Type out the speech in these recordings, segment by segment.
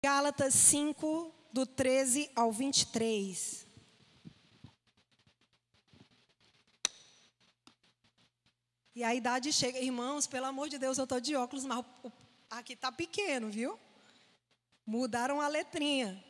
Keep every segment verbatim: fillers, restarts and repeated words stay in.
Gálatas cinco, do treze ao vinte e três. E a idade chega. Irmãos, pelo amor de Deus, eu estou de óculos, mas o, o, aqui está pequeno, viu? Mudaram a letrinha.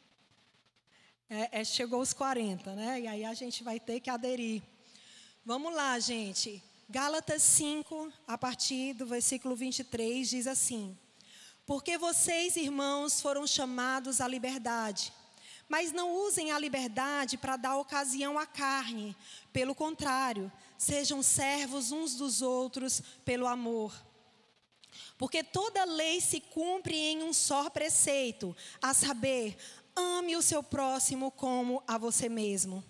É, é, chegou os quarenta, né? E aí a gente vai ter que aderir. Vamos lá, gente. Gálatas cinco, a partir do versículo vinte e três, diz assim: porque vocês, irmãos, foram chamados à liberdade, mas não usem a liberdade para dar ocasião à carne. Pelo contrário, sejam servos uns dos outros pelo amor. Porque toda lei se cumpre em um só preceito, a saber, ame o seu próximo como a você mesmo.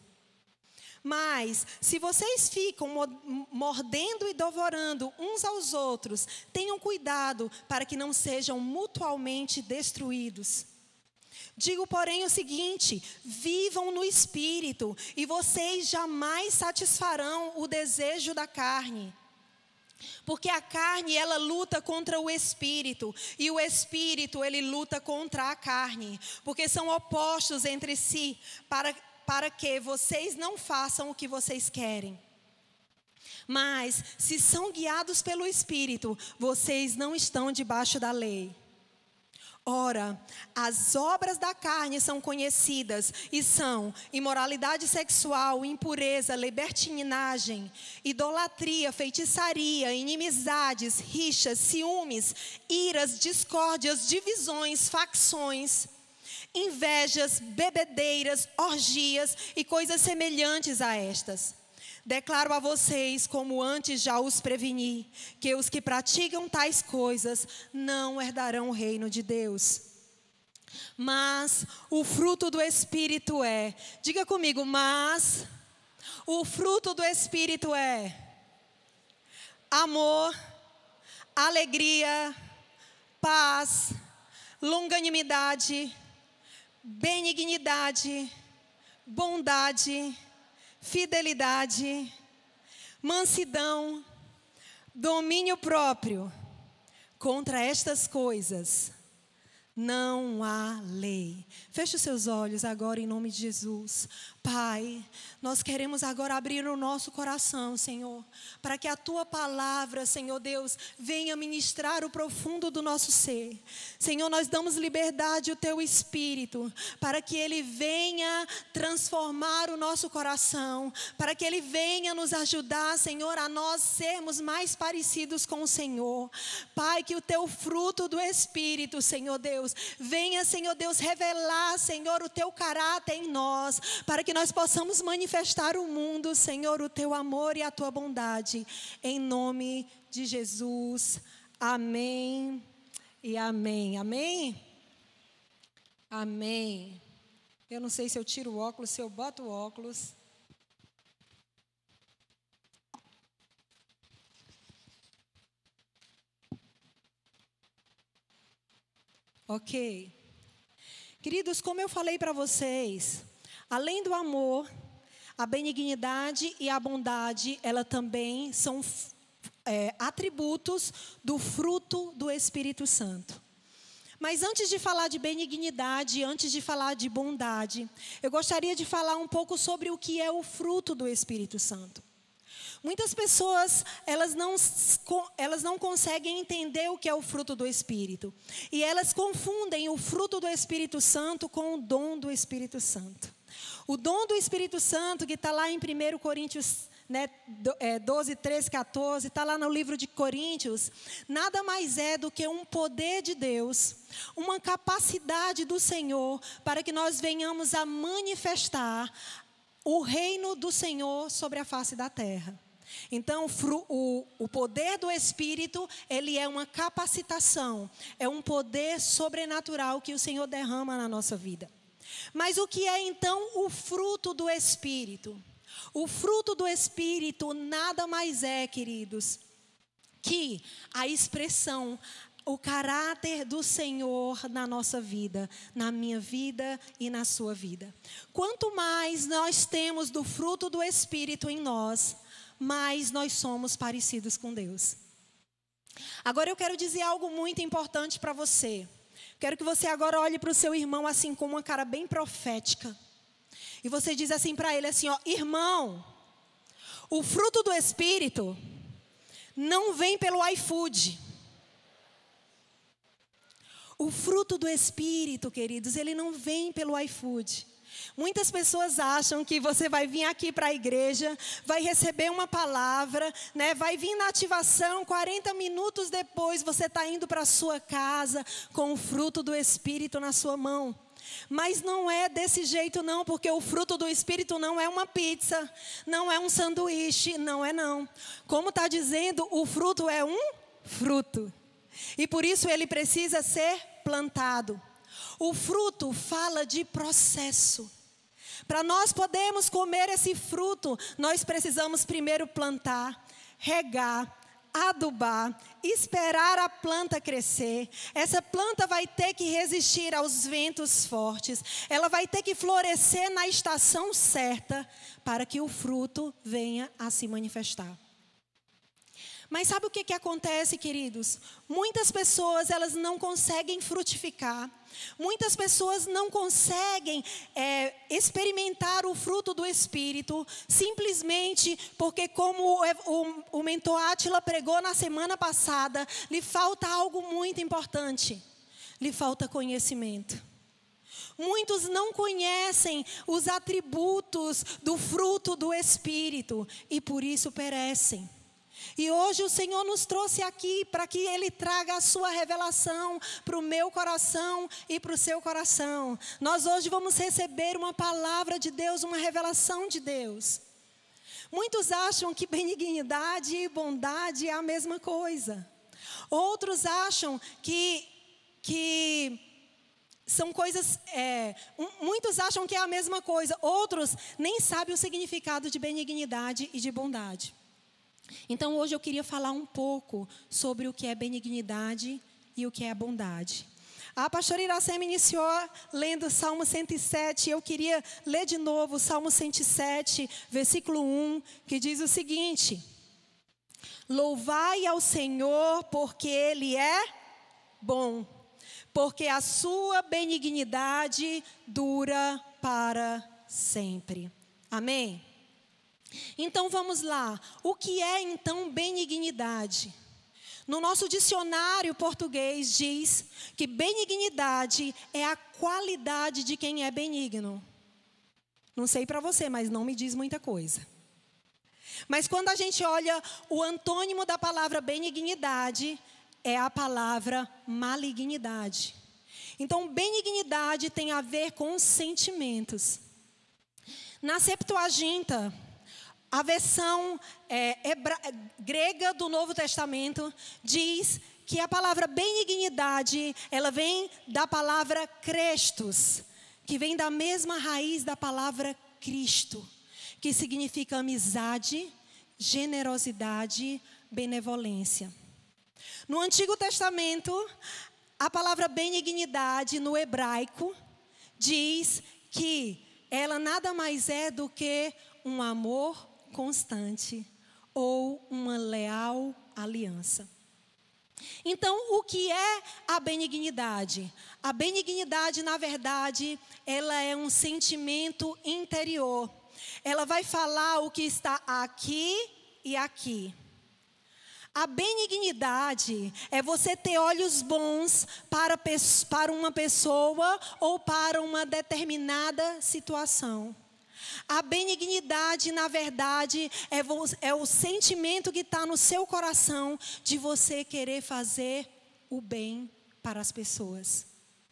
Mas, se vocês ficam mordendo e devorando uns aos outros, tenham cuidado para que não sejam mutuamente destruídos. Digo, porém, o seguinte: vivam no Espírito, e vocês jamais satisfarão o desejo da carne. Porque a carne, ela luta contra o Espírito, e o Espírito, ele luta contra a carne, porque são opostos entre si, para para que vocês não façam o que vocês querem. Mas, se são guiados pelo Espírito, vocês não estão debaixo da lei. Ora, as obras da carne são conhecidas e são imoralidade sexual, impureza, libertinagem, idolatria, feitiçaria, inimizades, rixas, ciúmes, iras, discórdias, divisões, facções, invejas, bebedeiras, orgias e coisas semelhantes a estas. Declaro a vocês, como antes já os preveni, que os que praticam tais coisas não herdarão o reino de Deus. Mas o fruto do Espírito é, diga comigo, mas o fruto do Espírito é amor, alegria, paz, longanimidade, benignidade, bondade, fidelidade, mansidão, domínio próprio. Contra estas coisas não há lei. Feche os seus olhos agora em nome de Jesus. Pai, nós queremos agora abrir o nosso coração, Senhor, para que a Tua palavra, Senhor Deus, venha ministrar o profundo do nosso ser. Senhor, nós damos liberdade ao Teu Espírito, para que Ele venha transformar o nosso coração, para que Ele venha nos ajudar, Senhor, a nós sermos mais parecidos com o Senhor. Pai, que o Teu fruto do Espírito, Senhor Deus, venha, Senhor Deus, revelar, Senhor, o Teu caráter em nós, para que nós possamos manifestar ao mundo, Senhor, o Teu amor e a Tua bondade. Em nome de Jesus. Amém e amém. Amém? Amém. Eu não sei se eu tiro o óculos, se eu boto o óculos. Ok. Queridos, como eu falei para vocês, além do amor, a benignidade e a bondade, ela também são é, atributos do fruto do Espírito Santo. Mas antes de falar de benignidade, antes de falar de bondade, eu gostaria de falar um pouco sobre o que é o fruto do Espírito Santo. Muitas pessoas, elas não, elas não conseguem entender o que é o fruto do Espírito. E elas confundem o fruto do Espírito Santo com o dom do Espírito Santo. O dom do Espírito Santo, que está lá em primeira Coríntios, né, doze, treze, quatorze, está lá no livro de Coríntios, nada mais é do que um poder de Deus, uma capacidade do Senhor, para que nós venhamos a manifestar o reino do Senhor sobre a face da terra. Então, o, o poder do Espírito, ele é uma capacitação, é um poder sobrenatural que o Senhor derrama na nossa vida. Mas o que é então o fruto do Espírito? O fruto do Espírito nada mais é, queridos, que a expressão, o caráter do Senhor na nossa vida, na minha vida e na sua vida. Quanto mais nós temos do fruto do Espírito em nós, mais nós somos parecidos com Deus. Agora eu quero dizer algo muito importante para você. Quero que você agora olhe para o seu irmão assim com uma cara bem profética. E você diz assim para ele assim, ó, irmão, o fruto do Espírito não vem pelo iFood. O fruto do Espírito, queridos, ele não vem pelo iFood. Muitas pessoas acham que você vai vir aqui para a igreja, vai receber uma palavra, né? Vai vir na ativação, quarenta minutos depois você está indo para a sua casa com o fruto do Espírito na sua mão. Mas não é desse jeito não, porque o fruto do Espírito não é uma pizza, não é um sanduíche, não é não. Como está dizendo, o fruto é um fruto. E por isso ele precisa ser plantado. O fruto fala de processo. Para nós podermos comer esse fruto, nós precisamos primeiro plantar, regar, adubar, esperar a planta crescer. Essa planta vai ter que resistir aos ventos fortes. Ela vai ter que florescer na estação certa para que o fruto venha a se manifestar. Mas sabe o que, que acontece, queridos? Muitas pessoas, elas não conseguem frutificar. Muitas pessoas não conseguem é, experimentar o fruto do Espírito, simplesmente porque, como o, o, o mentor Átila pregou na semana passada, lhe falta algo muito importante. Lhe falta conhecimento. Muitos não conhecem os atributos do fruto do Espírito e por isso perecem. E hoje o Senhor nos trouxe aqui para que Ele traga a sua revelação para o meu coração e para o seu coração. Nós hoje vamos receber uma palavra de Deus, uma revelação de Deus. Muitos acham que benignidade e bondade é a mesma coisa. Outros acham que, que são coisas, é, muitos acham que é a mesma coisa. Outros nem sabem o significado de benignidade e de bondade. Então hoje eu queria falar um pouco sobre o que é benignidade e o que é a bondade. A pastora Iracema iniciou lendo Salmo cento e sete, eu queria ler de novo Salmo cento e sete, versículo um, que diz o seguinte: louvai ao Senhor porque Ele é bom, porque a sua benignidade dura para sempre. Amém? Então vamos lá, o que é então benignidade? No nosso dicionário português diz que benignidade é a qualidade de quem é benigno. Não sei para você, mas não me diz muita coisa. Mas quando a gente olha o antônimo da palavra benignidade, é a palavra malignidade. Então benignidade tem a ver com sentimentos. Na Septuaginta, a versão é, hebra, grega do Novo Testamento diz que a palavra benignidade, ela vem da palavra Christos, que vem da mesma raiz da palavra Cristo, que significa amizade, generosidade, benevolência. No Antigo Testamento, a palavra benignidade no hebraico diz que ela nada mais é do que um amor constante ou uma leal aliança. Então, o que é a benignidade? A benignidade, na verdade, ela é um sentimento interior. Ela vai falar o que está aqui e aqui. A benignidade é você ter olhos bons para, para uma pessoa ou para uma determinada situação. A benignidade, na verdade, é, é o sentimento que está no seu coração de você querer fazer o bem para as pessoas.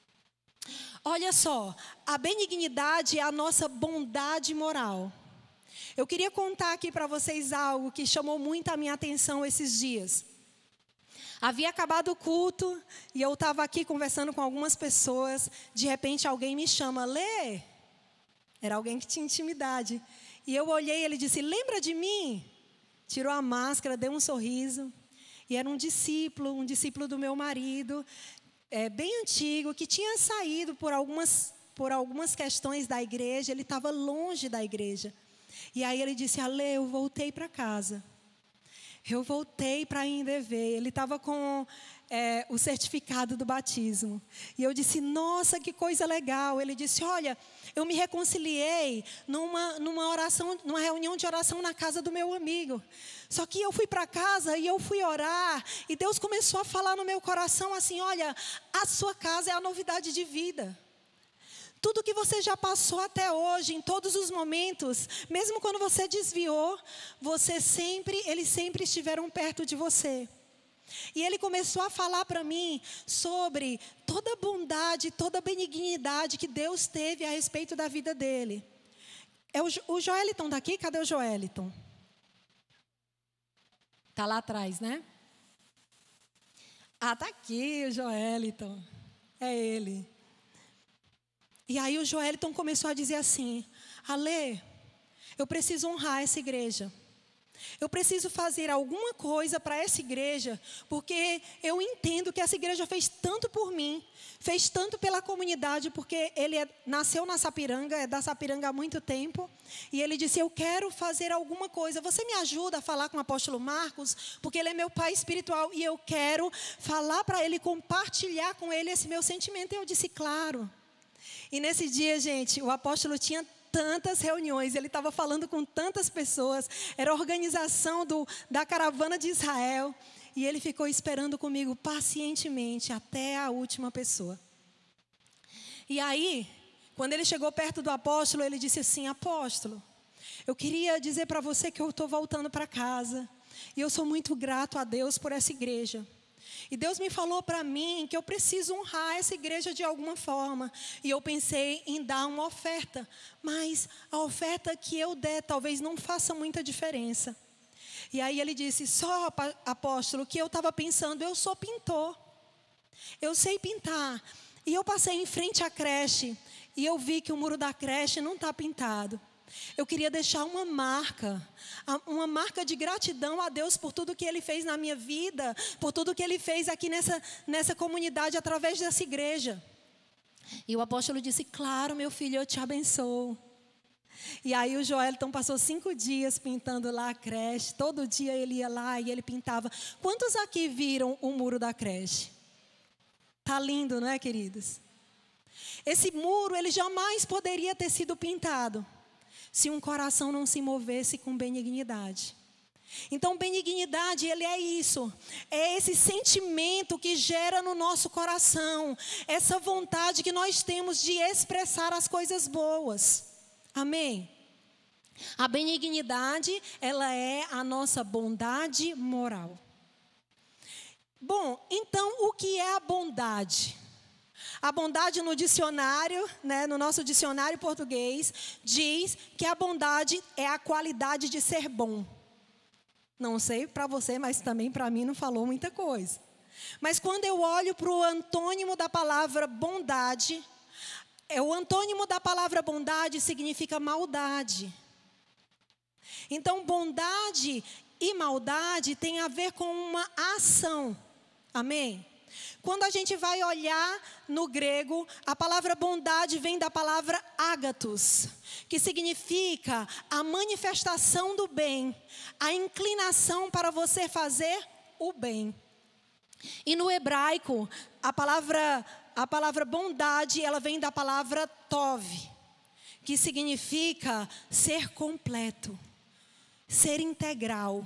Olha só, a benignidade é a nossa bondade moral. Eu queria contar aqui para vocês algo que chamou muito a minha atenção esses dias. Havia acabado o culto e eu estava aqui conversando com algumas pessoas. De repente alguém me chama, Lê. Era alguém que tinha intimidade. E eu olhei e ele disse, lembra de mim? Tirou a máscara, deu um sorriso. E era um discípulo, um discípulo do meu marido, é, bem antigo, que tinha saído por algumas, por algumas questões da igreja. Ele estava longe da igreja. E aí ele disse, Ale, eu voltei para casa. Eu voltei para Indever. Ele estava com é, o certificado do batismo. E eu disse, nossa, que coisa legal. Ele disse, olha, eu me reconciliei numa, numa oração, numa reunião de oração na casa do meu amigo. Só que eu fui para casa e eu fui orar. E Deus começou a falar no meu coração assim, olha, a sua casa é a novidade de vida. Tudo que você já passou até hoje, em todos os momentos, mesmo quando você desviou, você sempre, eles sempre estiveram perto de você. E ele começou a falar para mim sobre toda a bondade, toda a benignidade que Deus teve a respeito da vida dele. É o, o Joeliton daqui? Cadê o Joeliton? Está lá atrás, né? Ah, está aqui o Joeliton. É ele. E aí o Joeliton começou a dizer assim, Ale, eu preciso honrar essa igreja. Eu preciso fazer alguma coisa para essa igreja, porque eu entendo que essa igreja fez tanto por mim, fez tanto pela comunidade, porque ele é, nasceu na Sapiranga, é da Sapiranga há muito tempo, e ele disse, eu quero fazer alguma coisa, você me ajuda a falar com o apóstolo Marcos, porque ele é meu pai espiritual, e eu quero falar para ele, compartilhar com ele esse meu sentimento. E eu disse, claro. E nesse dia, gente, o apóstolo tinha tantas reuniões, ele estava falando com tantas pessoas, era a organização do, da caravana de Israel, e ele ficou esperando comigo pacientemente até a última pessoa. E aí, quando ele chegou perto do apóstolo, ele disse assim, apóstolo, eu queria dizer para você que eu estou voltando para casa, e eu sou muito grato a Deus por essa igreja. E Deus me falou para mim que eu preciso honrar essa igreja de alguma forma. E eu pensei em dar uma oferta. Mas a oferta que eu der talvez não faça muita diferença. E aí ele disse, só apóstolo, que eu estava pensando, eu sou pintor. Eu sei pintar. E eu passei em frente à creche. E eu vi que o muro da creche não está pintado. Eu queria deixar uma marca, uma marca de gratidão a Deus por tudo que Ele fez na minha vida, por tudo que Ele fez aqui nessa, nessa comunidade, através dessa igreja. E o apóstolo disse, claro, meu filho, eu te abençoo. E aí o Joeliton passou cinco dias pintando lá a creche, todo dia ele ia lá e ele pintava. Quantos aqui viram o muro da creche? Tá lindo, não é, queridos? Esse muro, ele jamais poderia ter sido pintado se um coração não se movesse com benignidade. Então, benignidade, ele é isso. É esse sentimento que gera no nosso coração. Essa vontade que nós temos de expressar as coisas boas. Amém? A benignidade, ela é a nossa bondade moral. Bom, então, o que é a bondade? A bondade no dicionário, né, no nosso dicionário português, diz que a bondade é a qualidade de ser bom. Não sei para você, mas também para mim não falou muita coisa. Mas quando eu olho para o antônimo da palavra bondade, é, o antônimo da palavra bondade significa maldade. Então, bondade e maldade tem a ver com uma ação. Amém? Quando a gente vai olhar no grego, a palavra bondade vem da palavra ágatos, que significa a manifestação do bem, a inclinação para você fazer o bem. E no hebraico, a palavra, a palavra bondade, ela vem da palavra tov, que significa ser completo, ser integral.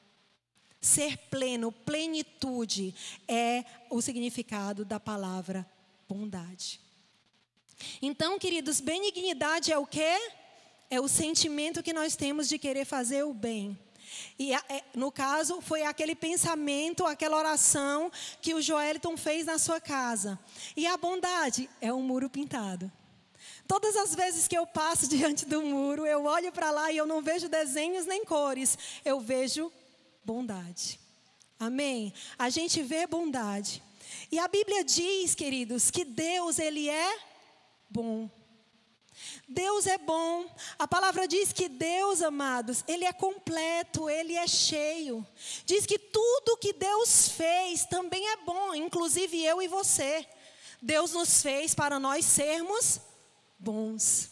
Ser pleno, plenitude, é o significado da palavra bondade. Então, queridos, benignidade é o quê? É o sentimento que nós temos de querer fazer o bem. E no caso, foi aquele pensamento, aquela oração que o Joeliton fez na sua casa. E a bondade é um muro pintado. Todas as vezes que eu passo diante do muro, eu olho para lá e eu não vejo desenhos nem cores, eu vejo bondade. Amém? A gente vê bondade. E a Bíblia diz, queridos, que Deus, Ele é bom. Deus é bom. A palavra diz que Deus, amados, Ele é completo, Ele é cheio. Diz que tudo que Deus fez também é bom, inclusive eu e você. Deus nos fez para nós sermos bons.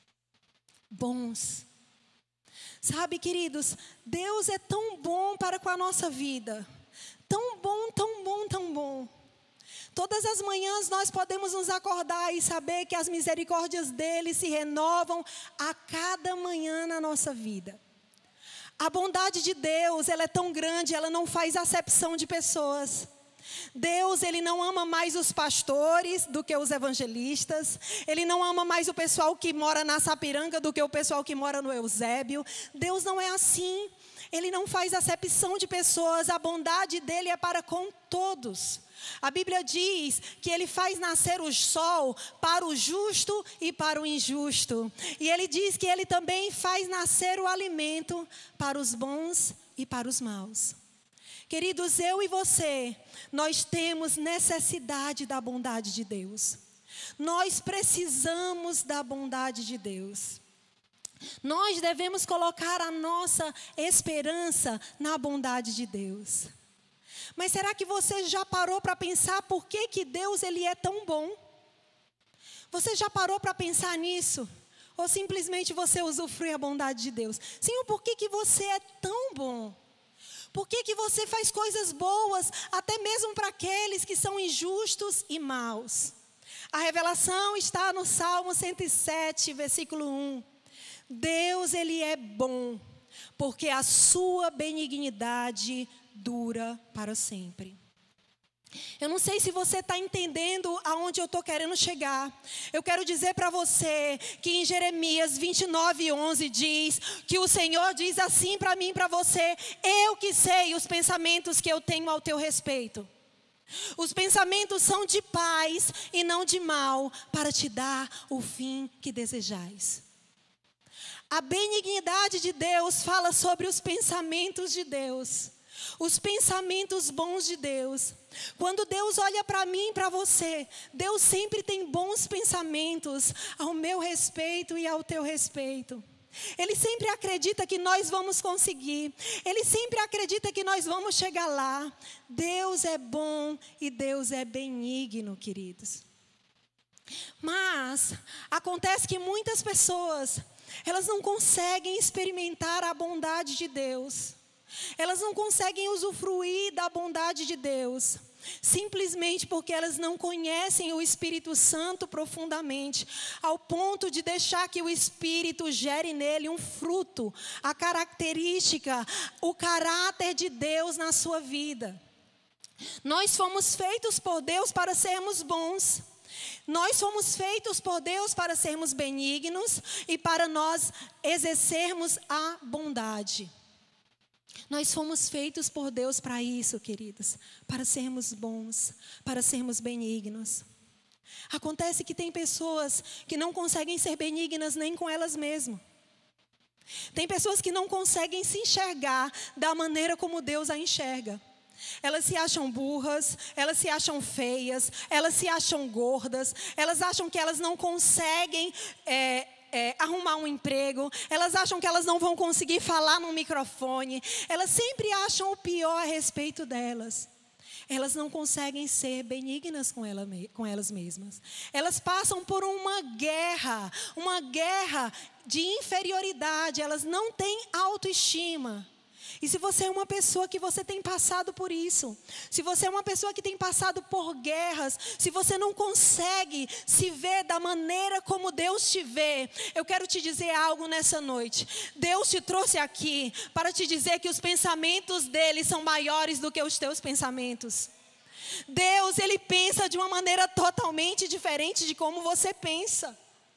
Bons. Sabe, queridos, Deus é tão bom para com a nossa vida, Tão bom, tão bom, tão bom. Todas as manhãs nós podemos nos acordar e saber que as misericórdias dele se renovam a cada manhã na nossa vida. A bondade de Deus, ela é tão grande, ela não faz acepção de pessoas. Deus, ele não ama mais os pastores do que os evangelistas. Ele não ama mais o pessoal que mora na Sapiranga do que o pessoal que mora no Eusébio. Deus não é assim. Ele não faz acepção de pessoas. A bondade dele é para com todos. A Bíblia diz que ele faz nascer o sol para o justo e para o injusto. E ele diz que ele também faz nascer o alimento para os bons e para os maus. Queridos, eu e você, nós temos necessidade da bondade de Deus. Nós precisamos da bondade de Deus. Nós devemos colocar a nossa esperança na bondade de Deus. Mas será que você já parou para pensar por que que Deus ele é tão bom? Você já parou para pensar nisso? Ou simplesmente você usufrui a bondade de Deus? Senhor, por que que você é tão bom? Por que que você faz coisas boas, até mesmo para aqueles que são injustos e maus? A revelação está no Salmo cento e sete, versículo um. Deus, ele é bom, porque a sua benignidade dura para sempre. Eu não sei se você está entendendo aonde eu estou querendo chegar. Eu quero dizer para você que em Jeremias vinte e nove, onze diz que o Senhor diz assim para mim e para você: eu que sei os pensamentos que eu tenho ao teu respeito. Os pensamentos são de paz e não de mal, para te dar o fim que desejais. A benignidade de Deus fala sobre os pensamentos de Deus. Os pensamentos bons de Deus. Quando Deus olha para mim e para você, Deus sempre tem bons pensamentos ao meu respeito e ao teu respeito. Ele sempre acredita que nós vamos conseguir. Ele sempre acredita que nós vamos chegar lá. Deus é bom e Deus é benigno, queridos. Mas acontece que muitas pessoas, elas não conseguem experimentar a bondade de Deus. Elas não conseguem usufruir da bondade de Deus, simplesmente porque elas não conhecem o Espírito Santo profundamente, ao ponto de deixar que o Espírito gere nele um fruto, a característica, o caráter de Deus na sua vida. Nós fomos feitos por Deus para sermos bons. Nós fomos feitos por Deus para sermos benignos e para nós exercermos a bondade. Nós fomos feitos por Deus para isso, queridos, para sermos bons, para sermos benignos. Acontece que tem pessoas que não conseguem ser benignas nem com elas mesmas. Tem pessoas que não conseguem se enxergar da maneira como Deus a enxerga. Elas se acham burras, elas se acham feias, elas se acham gordas, elas acham que elas não conseguem é, é, arrumar um emprego, elas acham que elas não vão conseguir falar no microfone, elas sempre acham o pior a respeito delas. Elas não conseguem ser benignas com, ela, com elas mesmas. Elas passam por uma guerra, uma guerra de inferioridade, elas não têm autoestima. E se você é uma pessoa que você tem passado por isso, se você é uma pessoa que tem passado por guerras, se você não consegue se ver da maneira como Deus te vê, eu quero te dizer algo nessa noite. Deus te trouxe aqui para te dizer que os pensamentos dele são maiores do que os teus pensamentos. Deus, ele pensa de uma maneira totalmente diferente de como você pensa.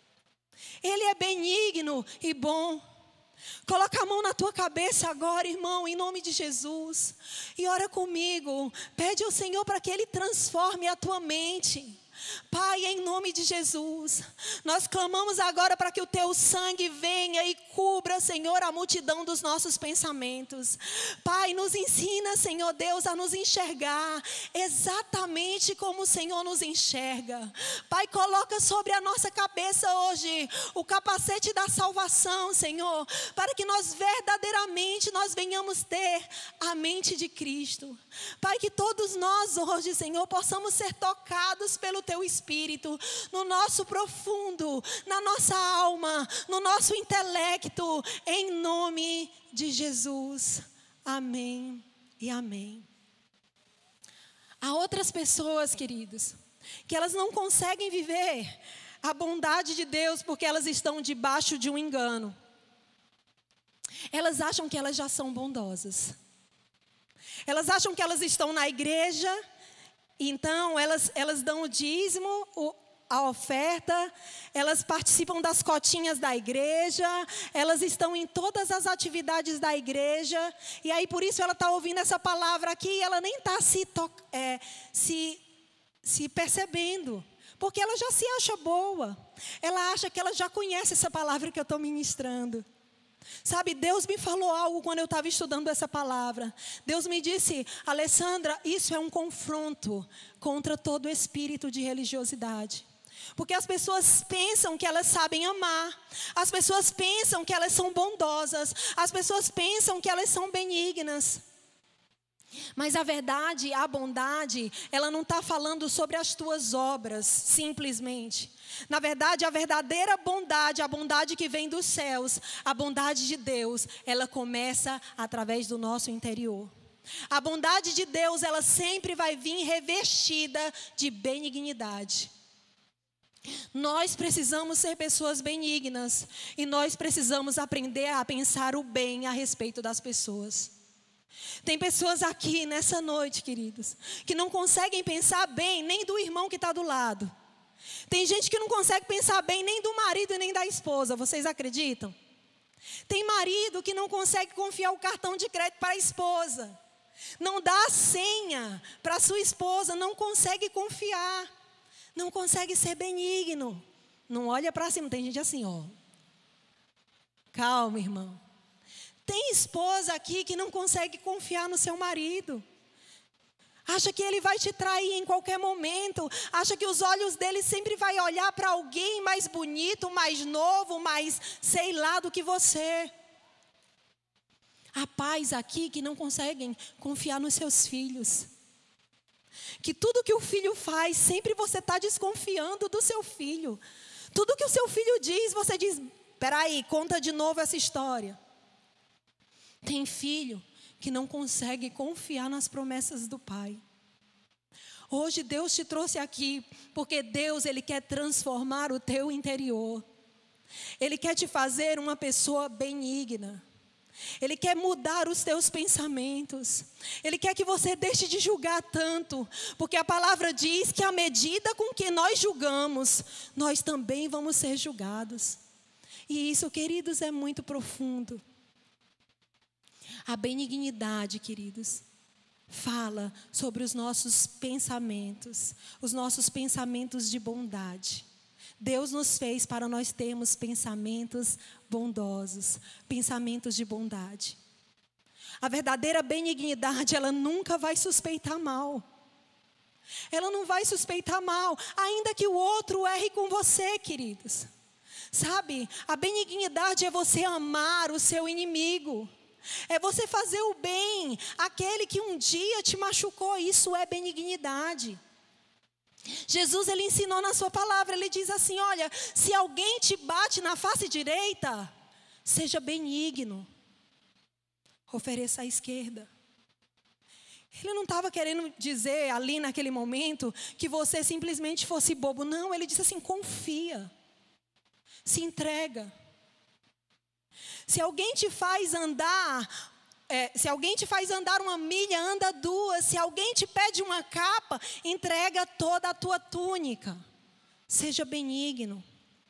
Ele é benigno e bom. Coloca a mão na tua cabeça agora, irmão, em nome de Jesus. E ora comigo. Pede ao Senhor para que Ele transforme a tua mente. Pai, em nome de Jesus, nós clamamos agora para que o teu sangue venha e cubra, Senhor, a multidão dos nossos pensamentos. Pai, nos ensina, Senhor Deus, a nos enxergar exatamente como o Senhor nos enxerga. Pai, coloca sobre a nossa cabeça hoje o capacete da salvação, Senhor, para que nós verdadeiramente nós venhamos ter a mente de Cristo. Pai, que todos nós hoje, Senhor, possamos ser tocados pelo teu Espírito, no nosso profundo, na nossa alma, no nosso intelecto, em nome de Jesus. Amém e amém. Há outras pessoas, queridos, que elas não conseguem viver a bondade de Deus porque elas estão debaixo de um engano. Elas acham que elas já são bondosas. Elas acham que elas estão na igreja, então elas, elas dão o dízimo, o, a oferta, elas participam das cotinhas da igreja, elas estão em todas as atividades da igreja, e aí por isso ela está ouvindo essa palavra aqui e ela nem está se, é, se, se percebendo, porque ela já se acha boa, ela acha que ela já conhece essa palavra que eu estou ministrando. Sabe, Deus me falou algo quando eu estava estudando essa palavra. Deus me disse: Alessandra, isso é um confronto contra todo espírito de religiosidade. Porque as pessoas pensam que elas sabem amar. As pessoas pensam que elas são bondosas. As pessoas pensam que elas são benignas. Mas a verdade, a bondade, ela não está falando sobre as tuas obras, simplesmente. Na verdade, a verdadeira bondade, a bondade que vem dos céus, a bondade de Deus, ela começa através do nosso interior. A bondade de Deus, ela sempre vai vir revestida de benignidade. Nós precisamos ser pessoas benignas e nós precisamos aprender a pensar o bem a respeito das pessoas. Tem pessoas aqui nessa noite, queridos, que não conseguem pensar bem nem do irmão que está do lado. Tem gente que não consegue pensar bem nem do marido e nem da esposa, vocês acreditam? Tem marido que não consegue confiar o cartão de crédito para a esposa. Não dá a senha para a sua esposa, não consegue confiar. Não consegue ser benigno. Não olha para cima, tem gente assim, ó. Calma, irmão. Tem esposa aqui que não consegue confiar no seu marido. Acha que ele vai te trair em qualquer momento. Acha que os olhos dele sempre vai olhar para alguém mais bonito, mais novo, mais sei lá do que você. Há pais aqui que não conseguem confiar nos seus filhos. Que tudo que o filho faz, sempre você está desconfiando do seu filho. Tudo que o seu filho diz, você diz, peraí, conta de novo essa história. Tem filho que não consegue confiar nas promessas do pai. Hoje Deus te trouxe aqui, porque Deus, Ele quer transformar o teu interior. Ele quer te fazer uma pessoa benigna. Ele quer mudar os teus pensamentos. Ele quer que você deixe de julgar tanto. Porque a palavra diz que à medida com que nós julgamos, nós também vamos ser julgados. E isso, queridos, é muito profundo. A benignidade, queridos, fala sobre os nossos pensamentos. Os nossos pensamentos de bondade. Deus nos fez para nós termos pensamentos bondosos, pensamentos de bondade. A verdadeira benignidade, ela nunca vai suspeitar mal. Ela não vai suspeitar mal, ainda que o outro erre com você, queridos. Sabe, a benignidade é você amar o seu inimigo. É você fazer o bem àquele que um dia te machucou. Isso é benignidade. Jesus, Ele ensinou na sua palavra, Ele diz assim, olha, se alguém te bate na face direita, seja benigno, ofereça à esquerda. Ele não estava querendo dizer ali naquele momento que você simplesmente fosse bobo, não, Ele disse assim, confia, se entrega. Se alguém te faz andar... É, se alguém te faz andar uma milha, anda duas. Se alguém te pede uma capa, entrega toda a tua túnica. Seja benigno.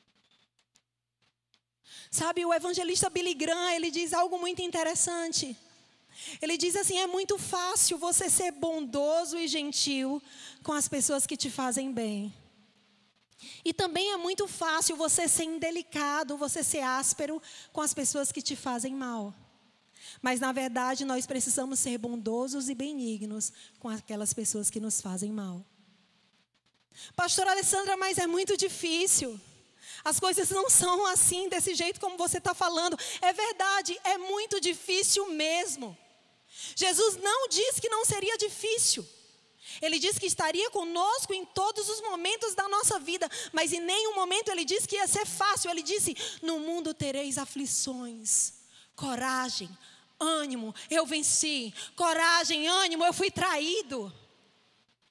Sabe, o evangelista Billy Graham, ele diz algo muito interessante. Ele diz assim, é muito fácil você ser bondoso e gentil com as pessoas que te fazem bem. E também é muito fácil você ser indelicado, você ser áspero com as pessoas que te fazem mal. Mas, na verdade, nós precisamos ser bondosos e benignos com aquelas pessoas que nos fazem mal. Pastora Alessandra, mas é muito difícil. As coisas não são assim, desse jeito como você está falando. É verdade, é muito difícil mesmo. Jesus não disse que não seria difícil. Ele disse que estaria conosco em todos os momentos da nossa vida. Mas em nenhum momento Ele disse que ia ser fácil. Ele disse, no mundo tereis aflições. Coragem. Ânimo, eu venci. Coragem, ânimo, eu fui traído.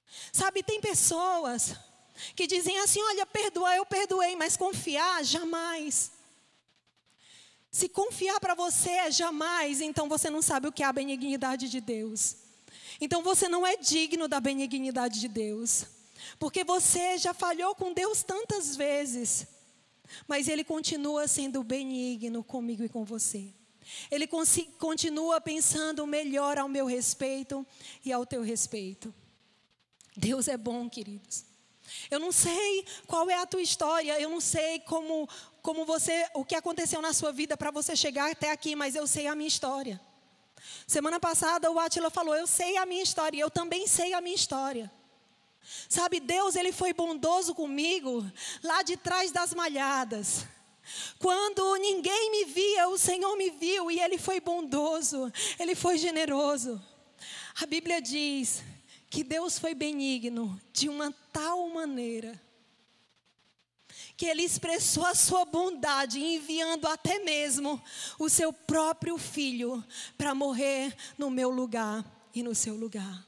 Sabe, tem pessoas que dizem assim, olha, perdoar eu perdoei, mas confiar, jamais. Se confiar para você é jamais, então você não sabe o que é a benignidade de Deus. Então você não é digno da benignidade de Deus. Porque você já falhou com Deus tantas vezes. Mas Ele continua sendo benigno comigo e com você. Ele continua pensando melhor ao meu respeito e ao teu respeito. Deus é bom, queridos. Eu não sei qual é a tua história, eu não sei como, como você, o que aconteceu na sua vida para você chegar até aqui, mas eu sei a minha história. Semana passada o Átila falou, eu sei a minha história, e eu também sei a minha história. Sabe, Deus, Ele foi bondoso comigo lá de trás das malhadas. Quando ninguém me via, o Senhor me viu e Ele foi bondoso, Ele foi generoso. A Bíblia diz que Deus foi benigno de uma tal maneira que Ele expressou a sua bondade, enviando até mesmo o seu próprio filho para morrer no meu lugar e no seu lugar.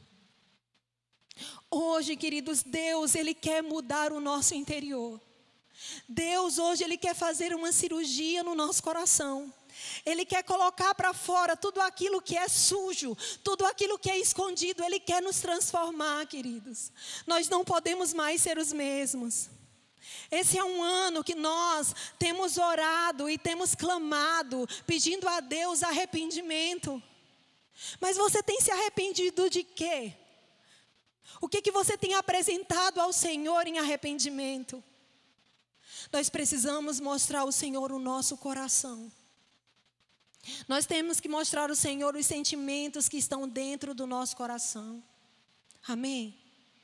Hoje, queridos, Deus, Ele quer mudar o nosso interior. Deus, hoje, Ele quer fazer uma cirurgia no nosso coração. Ele quer colocar para fora tudo aquilo que é sujo, tudo aquilo que é escondido. Ele quer nos transformar, queridos. Nós não podemos mais ser os mesmos. Esse é um ano que nós temos orado e temos clamado, pedindo a Deus arrependimento. Mas você tem se arrependido de quê? O que, que você tem apresentado ao Senhor em arrependimento? Nós precisamos mostrar ao Senhor o nosso coração. Nós temos que mostrar ao Senhor os sentimentos que estão dentro do nosso coração. Amém?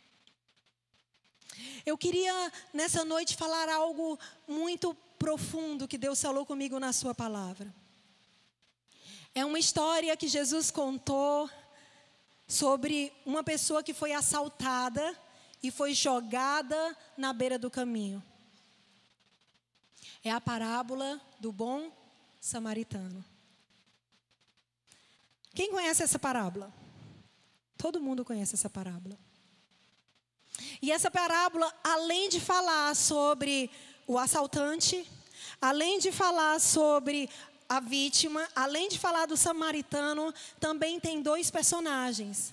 Eu queria nessa noite falar algo muito profundo que Deus falou comigo na sua palavra. É uma história que Jesus contou sobre uma pessoa que foi assaltada e foi jogada na beira do caminho. É a parábola do bom samaritano. Quem conhece essa parábola? Todo mundo conhece essa parábola. E essa parábola, além de falar sobre o assaltante, além de falar sobre a vítima, além de falar do samaritano, também tem dois personagens.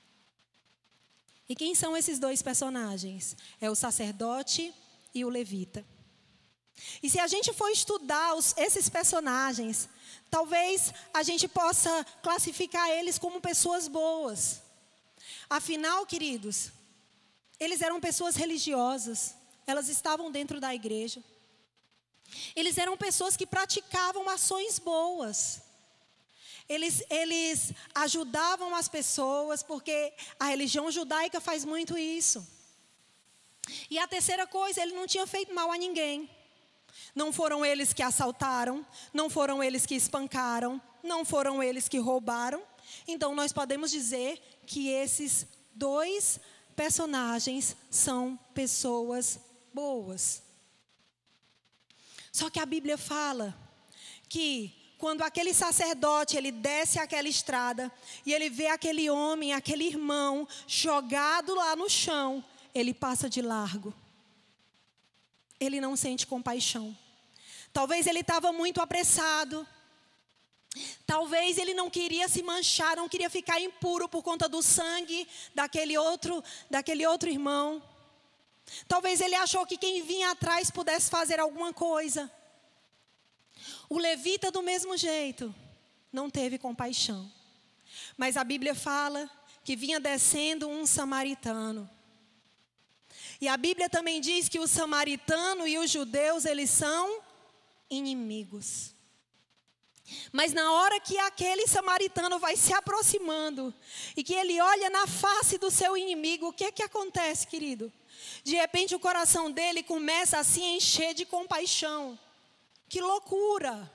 E quem são esses dois personagens? É o sacerdote e o levita. E se a gente for estudar os, esses personagens, talvez a gente possa classificar eles como pessoas boas. Afinal, queridos, eles eram pessoas religiosas, elas estavam dentro da igreja. Eles eram pessoas que praticavam ações boas. Eles, eles ajudavam as pessoas, porque a religião judaica faz muito isso. E a terceira coisa, ele não tinha feito mal a ninguém. Não foram eles que assaltaram, não foram eles que espancaram, não foram eles que roubaram. Então nós podemos dizer que esses dois personagens são pessoas boas. Só que a Bíblia fala que quando aquele sacerdote, ele desce aquela estrada e ele vê aquele homem, aquele irmão jogado lá no chão, ele passa de largo. Ele não sente compaixão. Talvez ele estava muito apressado. Talvez ele não queria se manchar, não queria ficar impuro por conta do sangue daquele outro, daquele outro irmão. Talvez ele achou que quem vinha atrás pudesse fazer alguma coisa. O levita, do mesmo jeito, não teve compaixão. Mas a Bíblia fala que vinha descendo um samaritano. E a Bíblia também diz que o samaritano e os judeus, eles são inimigos. Mas na hora que aquele samaritano vai se aproximando e que ele olha na face do seu inimigo, o que é que acontece, querido? De repente o coração dele começa a se encher de compaixão. Que loucura!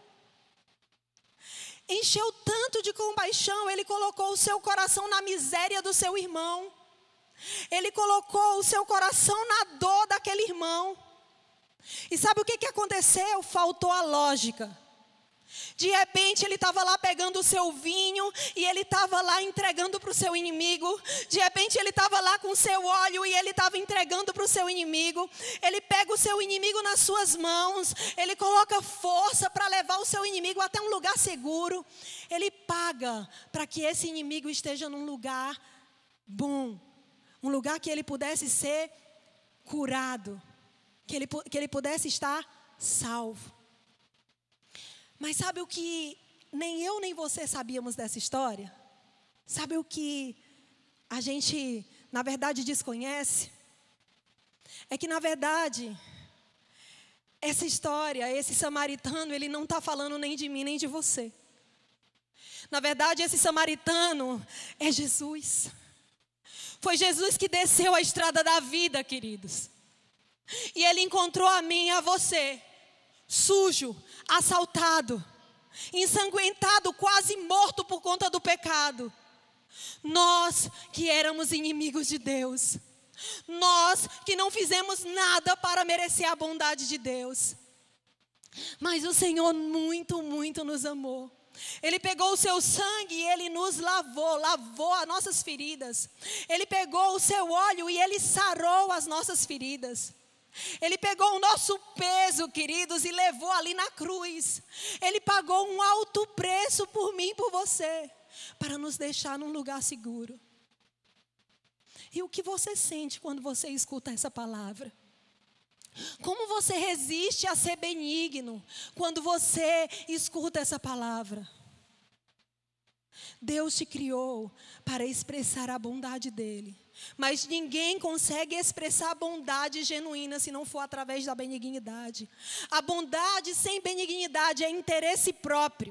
Encheu tanto de compaixão, ele colocou o seu coração na miséria do seu irmão. Ele colocou o seu coração na dor daquele irmão. E sabe o que, que aconteceu? Faltou a lógica. De repente ele estava lá pegando o seu vinho e ele estava lá entregando para o seu inimigo. De repente ele estava lá com o seu óleo e ele estava entregando para o seu inimigo. Ele pega o seu inimigo nas suas mãos, ele coloca força para levar o seu inimigo até um lugar seguro. Ele paga para que esse inimigo esteja num lugar bom, um lugar que ele pudesse ser curado, que ele, que ele pudesse estar salvo. Mas sabe o que nem eu nem você sabíamos dessa história? Sabe o que a gente, na verdade, desconhece? É que, na verdade, essa história, esse samaritano, ele não está falando nem de mim, nem de você. Na verdade, esse samaritano é Jesus. Foi Jesus que desceu a estrada da vida, queridos. E ele encontrou a mim e a você, sujo, assaltado, ensanguentado, quase morto por conta do pecado. Nós que éramos inimigos de Deus. Nós que não fizemos nada para merecer a bondade de Deus. Mas o Senhor muito, muito nos amou. Ele pegou o seu sangue e ele nos lavou, lavou as nossas feridas. Ele pegou o seu óleo e ele sarou as nossas feridas. Ele pegou o nosso peso, queridos, e levou ali na cruz. Ele pagou um alto preço por mim e por você, para nos deixar num lugar seguro. E o que você sente quando você escuta essa palavra? Como você resiste a ser benigno quando você escuta essa palavra? Deus te criou para expressar a bondade dele. Mas ninguém consegue expressar a bondade genuína se não for através da benignidade. A bondade sem benignidade é interesse próprio.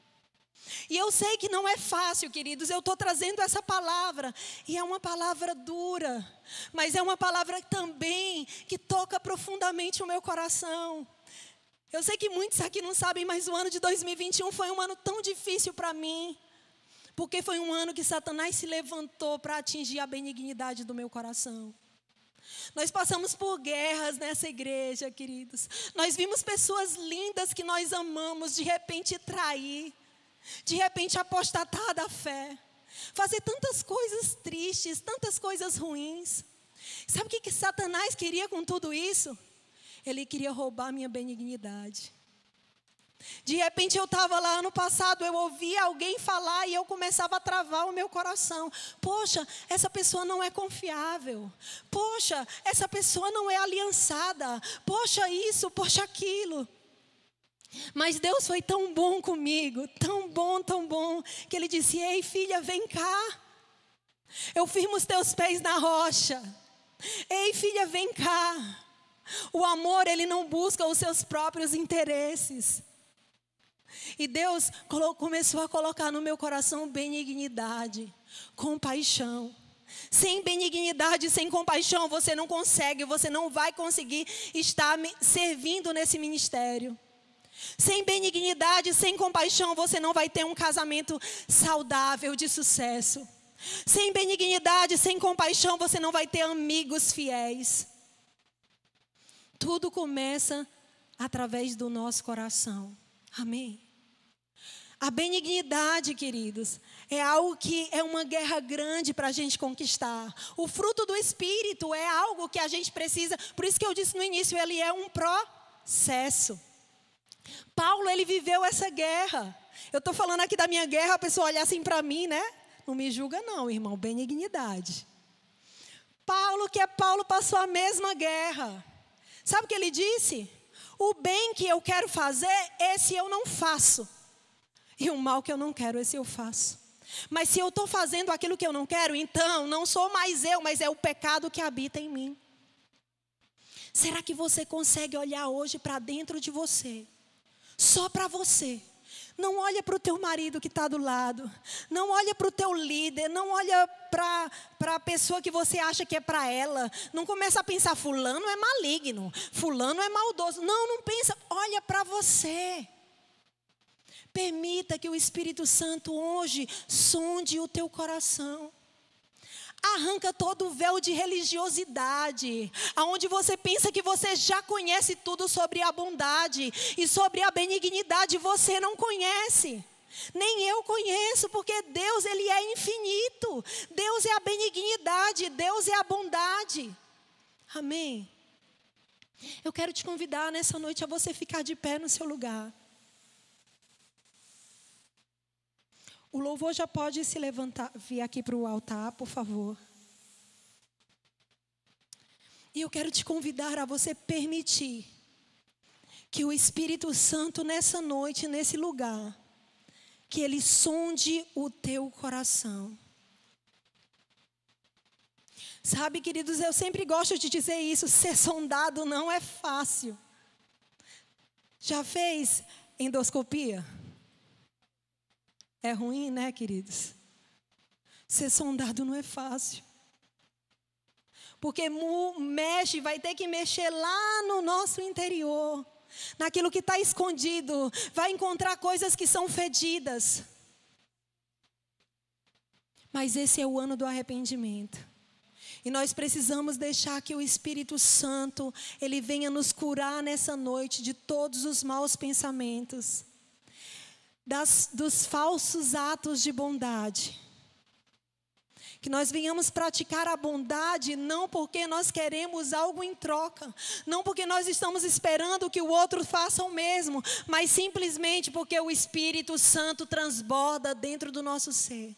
E eu sei que não é fácil, queridos, eu estou trazendo essa palavra, e é uma palavra dura, mas é uma palavra também que toca profundamente o meu coração. Eu sei que muitos aqui não sabem, mas o ano de dois mil e vinte e um foi um ano tão difícil para mim, porque foi um ano que Satanás se levantou para atingir a benignidade do meu coração. Nós passamos por guerras nessa igreja, queridos. Nós vimos pessoas lindas que nós amamos, de repente trair, de repente apostatar da fé, fazer tantas coisas tristes, tantas coisas ruins. Sabe o que, que Satanás queria com tudo isso? Ele queria roubar minha benignidade. De repente eu estava lá ano passado, eu ouvia alguém falar e eu começava a travar o meu coração. Poxa, essa pessoa não é confiável. Poxa, essa pessoa não é aliançada. Poxa isso, poxa aquilo. Mas Deus foi tão bom comigo, tão bom, tão bom, que Ele disse: ei filha, vem cá. Eu firmo os teus pés na rocha. Ei filha, vem cá. O amor, ele não busca os seus próprios interesses. E Deus começou a colocar no meu coração benignidade, compaixão. Sem benignidade, sem compaixão, você não consegue, você não vai conseguir estar servindo nesse ministério. Sem benignidade, sem compaixão, você não vai ter um casamento saudável, de sucesso. Sem benignidade, sem compaixão, você não vai ter amigos fiéis. Tudo começa através do nosso coração. Amém? A benignidade, queridos, é algo que é uma guerra grande para a gente conquistar. O fruto do Espírito é algo que a gente precisa. Por isso que eu disse no início, ele é um processo. Paulo, ele viveu essa guerra. Eu estou falando aqui da minha guerra, a pessoa olha assim para mim, né? Não me julga não, irmão, benignidade. Paulo, que é Paulo, passou a mesma guerra. Sabe o que ele disse? O bem que eu quero fazer, esse eu não faço. E o mal que eu não quero, esse eu faço. Mas se eu estou fazendo aquilo que eu não quero, então não sou mais eu, mas é o pecado que habita em mim. Será que você consegue olhar hoje para dentro de você? Só para você. Não olha para o teu marido que está do lado. Não olha para o teu líder. Não olha para a pessoa que você acha que é para ela. Não começa a pensar, fulano é maligno. Fulano é maldoso. Não, não pensa. Olha para você. Permita que o Espírito Santo hoje sonde o teu coração. Arranca todo o véu de religiosidade, aonde você pensa que você já conhece tudo sobre a bondade e sobre a benignidade. Você não conhece, nem eu conheço, porque Deus, Ele é infinito. Deus é a benignidade, Deus é a bondade. Amém? Eu quero te convidar nessa noite a você ficar de pé no seu lugar. O louvor já pode se levantar, vir aqui para o altar, por favor. E eu quero te convidar a você permitir que o Espírito Santo nessa noite, nesse lugar, que Ele sonde o teu coração. Sabe, queridos, eu sempre gosto de dizer isso, ser sondado não é fácil. Já fez endoscopia? É ruim, né, queridos? Ser sondado não é fácil. Porque mexe, vai ter que mexer lá no nosso interior. Naquilo que está escondido. Vai encontrar coisas que são fedidas. Mas esse é o ano do arrependimento. E nós precisamos deixar que o Espírito Santo, Ele venha nos curar nessa noite de todos os maus pensamentos. Das, dos falsos atos de bondade. Que nós venhamos praticar a bondade não porque nós queremos algo em troca, não porque nós estamos esperando que o outro faça o mesmo, mas simplesmente porque o Espírito Santo transborda dentro do nosso ser.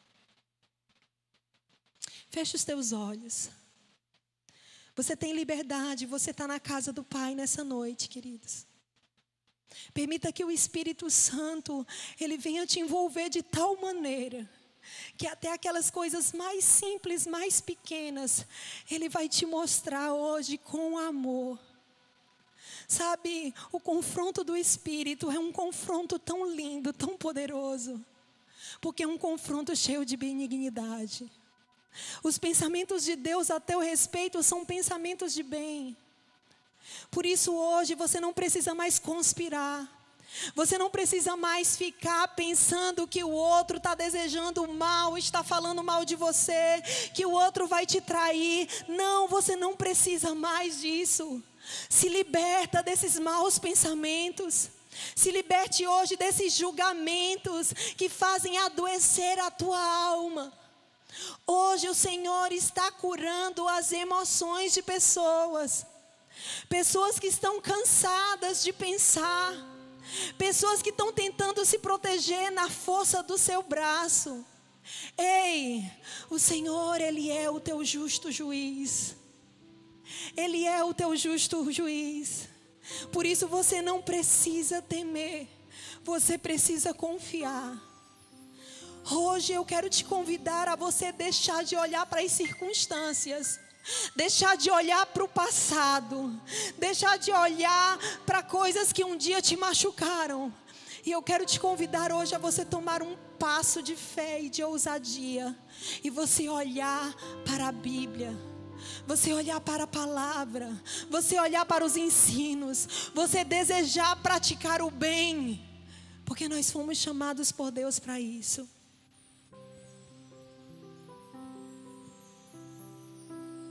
Feche os teus olhos. Você tem liberdade, você está na casa do Pai nessa noite, queridos. Permita que o Espírito Santo, Ele venha te envolver de tal maneira, que até aquelas coisas mais simples, mais pequenas, Ele vai te mostrar hoje com amor. Sabe, o confronto do Espírito é um confronto tão lindo, tão poderoso, porque é um confronto cheio de benignidade. Os pensamentos de Deus a teu respeito são pensamentos de bem. Por isso hoje você não precisa mais conspirar. Você não precisa mais ficar pensando que o outro está desejando mal, está falando mal de você, que o outro vai te trair. Não, você não precisa mais disso. Se liberta desses maus pensamentos. Se liberte hoje desses julgamentos que fazem adoecer a tua alma. Hoje o Senhor está curando as emoções de pessoas. Pessoas que estão cansadas de pensar. Pessoas que estão tentando se proteger na força do seu braço. Ei, o Senhor, Ele é o teu justo juiz. Ele é o teu justo juiz. Por isso você não precisa temer. Você precisa confiar. Hoje eu quero te convidar a você deixar de olhar para as circunstâncias. Deixar de olhar para o passado. Deixar de olhar para coisas que um dia te machucaram. E eu quero te convidar hoje a você tomar um passo de fé e de ousadia. E você olhar para a Bíblia. Você olhar para a palavra. Você olhar para os ensinos. Você desejar praticar o bem. Porque nós fomos chamados por Deus para isso.